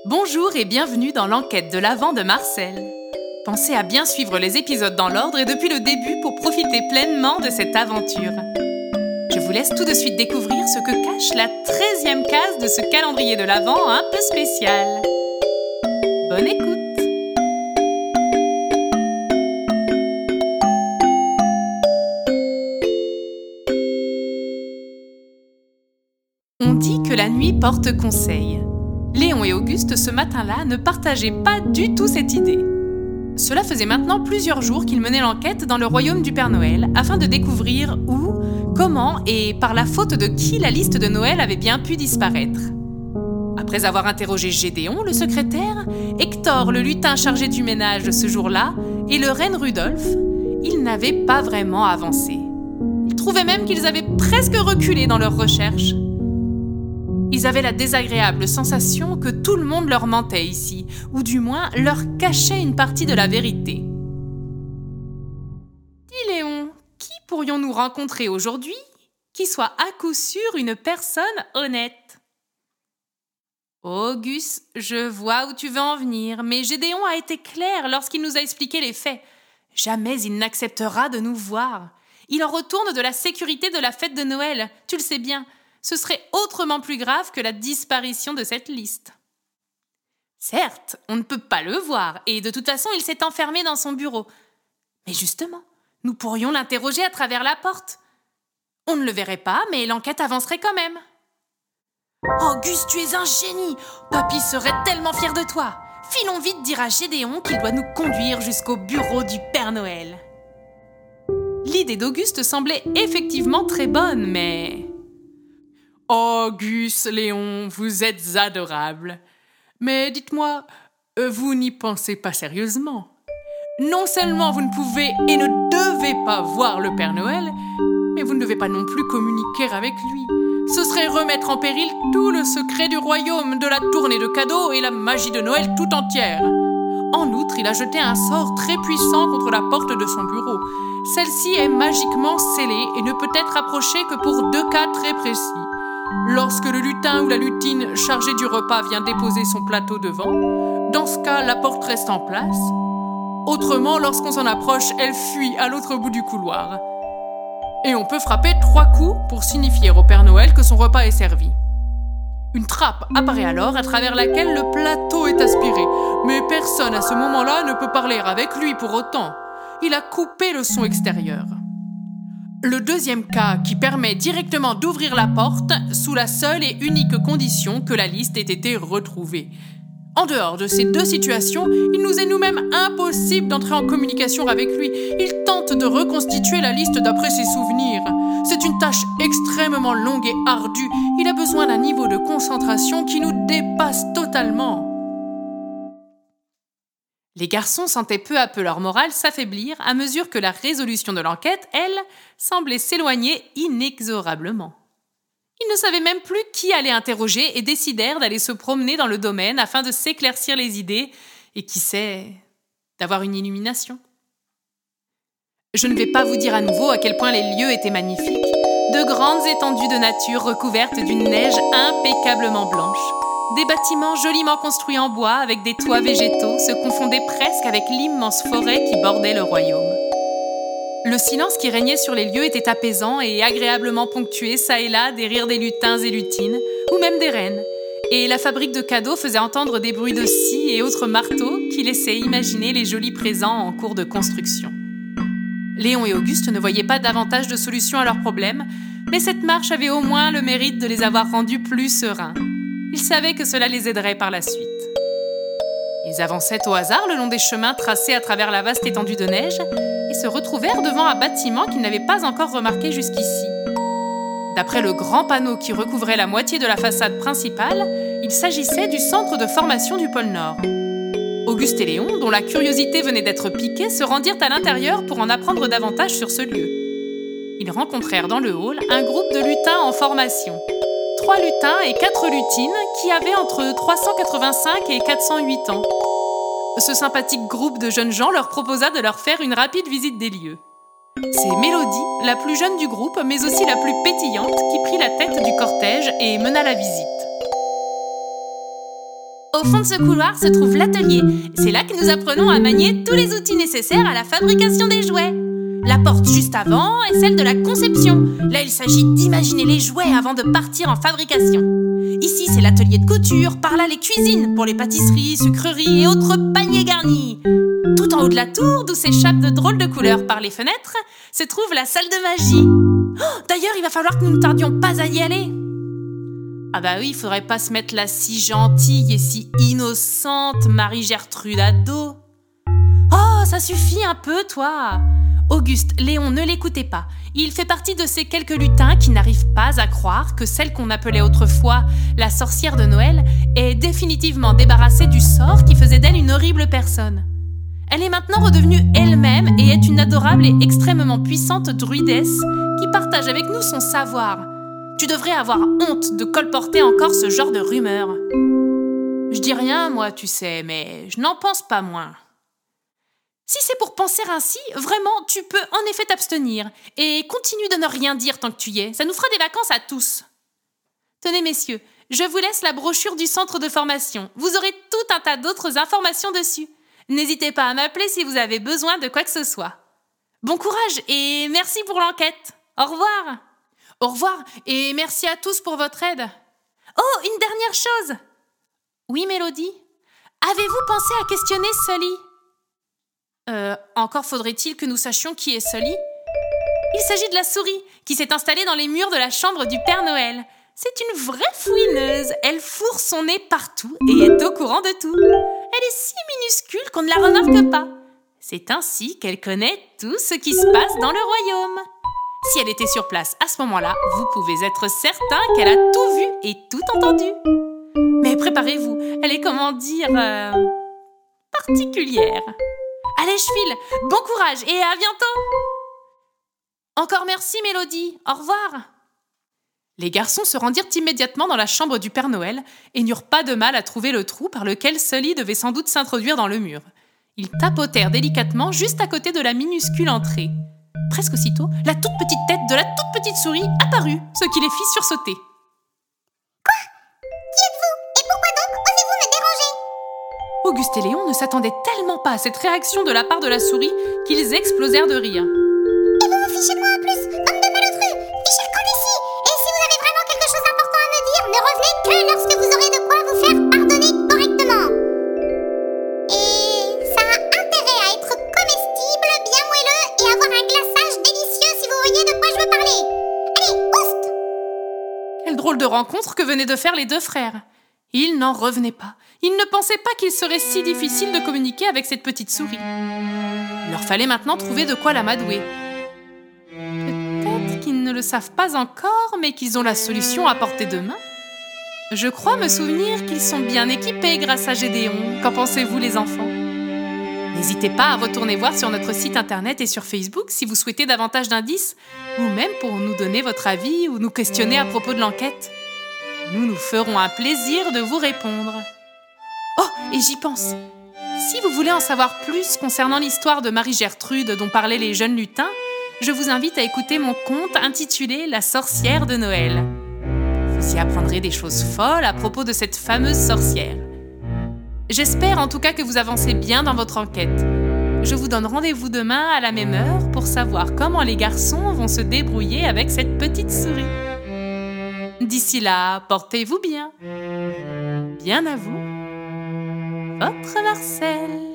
Bonjour et bienvenue dans l'enquête de l'Avent de Marcel. Pensez à bien suivre les épisodes dans l'ordre et depuis le début pour profiter pleinement de cette aventure. Je vous laisse tout de suite découvrir ce que cache la 13e case de ce calendrier de l'Avent un peu spécial. Bonne écoute! On dit que la nuit porte conseil. Léon et Auguste, ce matin-là, ne partageaient pas du tout cette idée. Cela faisait maintenant plusieurs jours qu'ils menaient l'enquête dans le royaume du Père Noël, afin de découvrir où, comment et par la faute de qui la liste de Noël avait bien pu disparaître. Après avoir interrogé Gédéon, le secrétaire, Hector, le lutin chargé du ménage ce jour-là, et le renne Rudolphe, ils n'avaient pas vraiment avancé. Ils trouvaient même qu'ils avaient presque reculé dans leurs recherches. Ils avaient la désagréable sensation que tout le monde leur mentait ici, ou du moins leur cachait une partie de la vérité. Dis Léon, qui pourrions-nous rencontrer aujourd'hui qui soit à coup sûr une personne honnête? Auguste, je vois où tu veux en venir, mais Gédéon a été clair lorsqu'il nous a expliqué les faits. Jamais il n'acceptera de nous voir. Il en retourne de la sécurité de la fête de Noël, tu le sais bien. Ce serait autrement plus grave que la disparition de cette liste. Certes, on ne peut pas le voir, et de toute façon, il s'est enfermé dans son bureau. Mais justement, nous pourrions l'interroger à travers la porte. On ne le verrait pas, mais l'enquête avancerait quand même. Auguste, tu es un génie! Papy serait tellement fier de toi! Filons vite dire à Gédéon qu'il doit nous conduire jusqu'au bureau du Père Noël. L'idée d'Auguste semblait effectivement très bonne, mais... Auguste, Léon, vous êtes adorables. Mais dites-moi, vous n'y pensez pas sérieusement. Non seulement vous ne pouvez et ne devez pas voir le Père Noël, mais vous ne devez pas non plus communiquer avec lui. Ce serait remettre en péril tout le secret du royaume, de la tournée de cadeaux et la magie de Noël tout entière. En outre, il a jeté un sort très puissant contre la porte de son bureau. Celle-ci est magiquement scellée et ne peut être approchée que pour 2 cas très précis. Lorsque le lutin ou la lutine chargée du repas vient déposer son plateau devant, dans ce cas, la porte reste en place. Autrement, lorsqu'on s'en approche, elle fuit à l'autre bout du couloir. Et on peut frapper 3 coups pour signifier au Père Noël que son repas est servi. Une trappe apparaît alors à travers laquelle le plateau est aspiré, mais personne à ce moment-là ne peut parler avec lui pour autant. Il a coupé le son extérieur. Le deuxième cas qui permet directement d'ouvrir la porte sous la seule et unique condition que la liste ait été retrouvée. En dehors de ces 2 situations, il nous est nous-mêmes impossible d'entrer en communication avec lui. Il tente de reconstituer la liste d'après ses souvenirs. C'est une tâche extrêmement longue et ardue. Il a besoin d'un niveau de concentration qui nous dépasse totalement. Les garçons sentaient peu à peu leur morale s'affaiblir à mesure que la résolution de l'enquête, elle, semblait s'éloigner inexorablement. Ils ne savaient même plus qui aller interroger et décidèrent d'aller se promener dans le domaine afin de s'éclaircir les idées et, qui sait, d'avoir une illumination. Je ne vais pas vous dire à nouveau à quel point les lieux étaient magnifiques. De grandes étendues de nature recouvertes d'une neige impeccablement blanche. Des bâtiments joliment construits en bois avec des toits végétaux se confondaient presque avec l'immense forêt qui bordait le royaume. Le silence qui régnait sur les lieux était apaisant et agréablement ponctué çà et là des rires des lutins et lutines, ou même des rennes. Et la fabrique de cadeaux faisait entendre des bruits de scies et autres marteaux qui laissaient imaginer les jolis présents en cours de construction. Léon et Auguste ne voyaient pas davantage de solutions à leurs problèmes, mais cette marche avait au moins le mérite de les avoir rendus plus sereins. Ils savaient que cela les aiderait par la suite. Ils avançaient au hasard le long des chemins tracés à travers la vaste étendue de neige et se retrouvèrent devant un bâtiment qu'ils n'avaient pas encore remarqué jusqu'ici. D'après le grand panneau qui recouvrait la moitié de la façade principale, il s'agissait du centre de formation du pôle Nord. Auguste et Léon, dont la curiosité venait d'être piquée, se rendirent à l'intérieur pour en apprendre davantage sur ce lieu. Ils rencontrèrent dans le hall un groupe de lutins en formation. 3 lutins et 4 lutines qui avaient entre 385 et 408 ans. Ce sympathique groupe de jeunes gens leur proposa de leur faire une rapide visite des lieux. C'est Mélodie, la plus jeune du groupe, mais aussi la plus pétillante, qui prit la tête du cortège et mena la visite. Au fond de ce couloir se trouve l'atelier. C'est là que nous apprenons à manier tous les outils nécessaires à la fabrication des jouets. La porte juste avant est celle de la conception. Là, il s'agit d'imaginer les jouets avant de partir en fabrication. Ici, c'est l'atelier de couture. Par là, les cuisines pour les pâtisseries, sucreries et autres paniers garnis. Tout en haut de la tour, d'où s'échappent de drôles de couleurs par les fenêtres, se trouve la salle de magie. Oh, d'ailleurs, il va falloir que nous ne tardions pas à y aller. Ah bah oui, il faudrait pas se mettre la si gentille et si innocente Marie-Gertrude à dos. Oh, ça suffit un peu, toi. Auguste, Léon, ne l'écoutez pas. Il fait partie de ces quelques lutins qui n'arrivent pas à croire que celle qu'on appelait autrefois la sorcière de Noël est définitivement débarrassée du sort qui faisait d'elle une horrible personne. Elle est maintenant redevenue elle-même et est une adorable et extrêmement puissante druidesse qui partage avec nous son savoir. Tu devrais avoir honte de colporter encore ce genre de rumeurs. Je dis rien, moi, tu sais, mais je n'en pense pas moins. Si c'est pour penser ainsi, vraiment, tu peux en effet t'abstenir. Et continue de ne rien dire tant que tu y es. Ça nous fera des vacances à tous. Tenez, messieurs, je vous laisse la brochure du centre de formation. Vous aurez tout un tas d'autres informations dessus. N'hésitez pas à m'appeler si vous avez besoin de quoi que ce soit. Bon courage et merci pour l'enquête. Au revoir. Au revoir et merci à tous pour votre aide. Oh, une dernière chose. Oui, Mélodie. Avez-vous pensé à questionner Sully ? Encore faudrait-il que nous sachions qui est Sully ? Il s'agit de la souris qui s'est installée dans les murs de la chambre du Père Noël. C'est une vraie fouineuse. Elle fourre son nez partout et est au courant de tout. Elle est si minuscule qu'on ne la remarque pas. C'est ainsi qu'elle connaît tout ce qui se passe dans le royaume. Si elle était sur place à ce moment-là, vous pouvez être certain qu'elle a tout vu et tout entendu. Mais préparez-vous, elle est, comment dire, particulière. Allez, je file. Bon courage et à bientôt. Encore merci, Mélodie. Au revoir. Les garçons se rendirent immédiatement dans la chambre du Père Noël et n'eurent pas de mal à trouver le trou par lequel Sully devait sans doute s'introduire dans le mur. Ils tapotèrent délicatement juste à côté de la minuscule entrée. Presque aussitôt, la toute petite tête de la toute petite souris apparut, ce qui les fit sursauter. Quoi ? Qui êtes-vous ? Et pourquoi donc osez-vous me déranger ? Auguste et Léon ne s'attendaient tellement pas à cette réaction de la part de la souris qu'ils explosèrent de rire. Et vous vous fichez de moi en plus, bande de malotrus ! Fichez le camp d'ici ! Et si vous avez vraiment quelque chose d'important à me dire, ne revenez que lorsque vous aurez de quoi vous faire pardonner correctement. Et ça a intérêt à être comestible, bien moelleux et avoir un glaçage délicieux si vous voyez de quoi je veux parler. Allez, oust ! Quelle drôle de rencontre que venaient de faire les deux frères. Ils n'en revenaient pas. Ils ne pensaient pas qu'il serait si difficile de communiquer avec cette petite souris. Il leur fallait maintenant trouver de quoi l'amadouer. Peut-être qu'ils ne le savent pas encore, mais qu'ils ont la solution à portée de main. Je crois me souvenir qu'ils sont bien équipés grâce à Gédéon. Qu'en pensez-vous, les enfants ? N'hésitez pas à retourner voir sur notre site internet et sur Facebook si vous souhaitez davantage d'indices, ou même pour nous donner votre avis ou nous questionner à propos de l'enquête. Nous nous ferons un plaisir de vous répondre. Oh, et j'y pense. Si vous voulez en savoir plus concernant l'histoire de Marie-Gertrude dont parlaient les jeunes lutins, je vous invite à écouter mon conte intitulé « La sorcière de Noël ». Vous y apprendrez des choses folles à propos de cette fameuse sorcière. J'espère en tout cas que vous avancez bien dans votre enquête. Je vous donne rendez-vous demain à la même heure pour savoir comment les garçons vont se débrouiller avec cette petite souris. D'ici là, portez-vous bien. Bien à vous. Votre Marcel.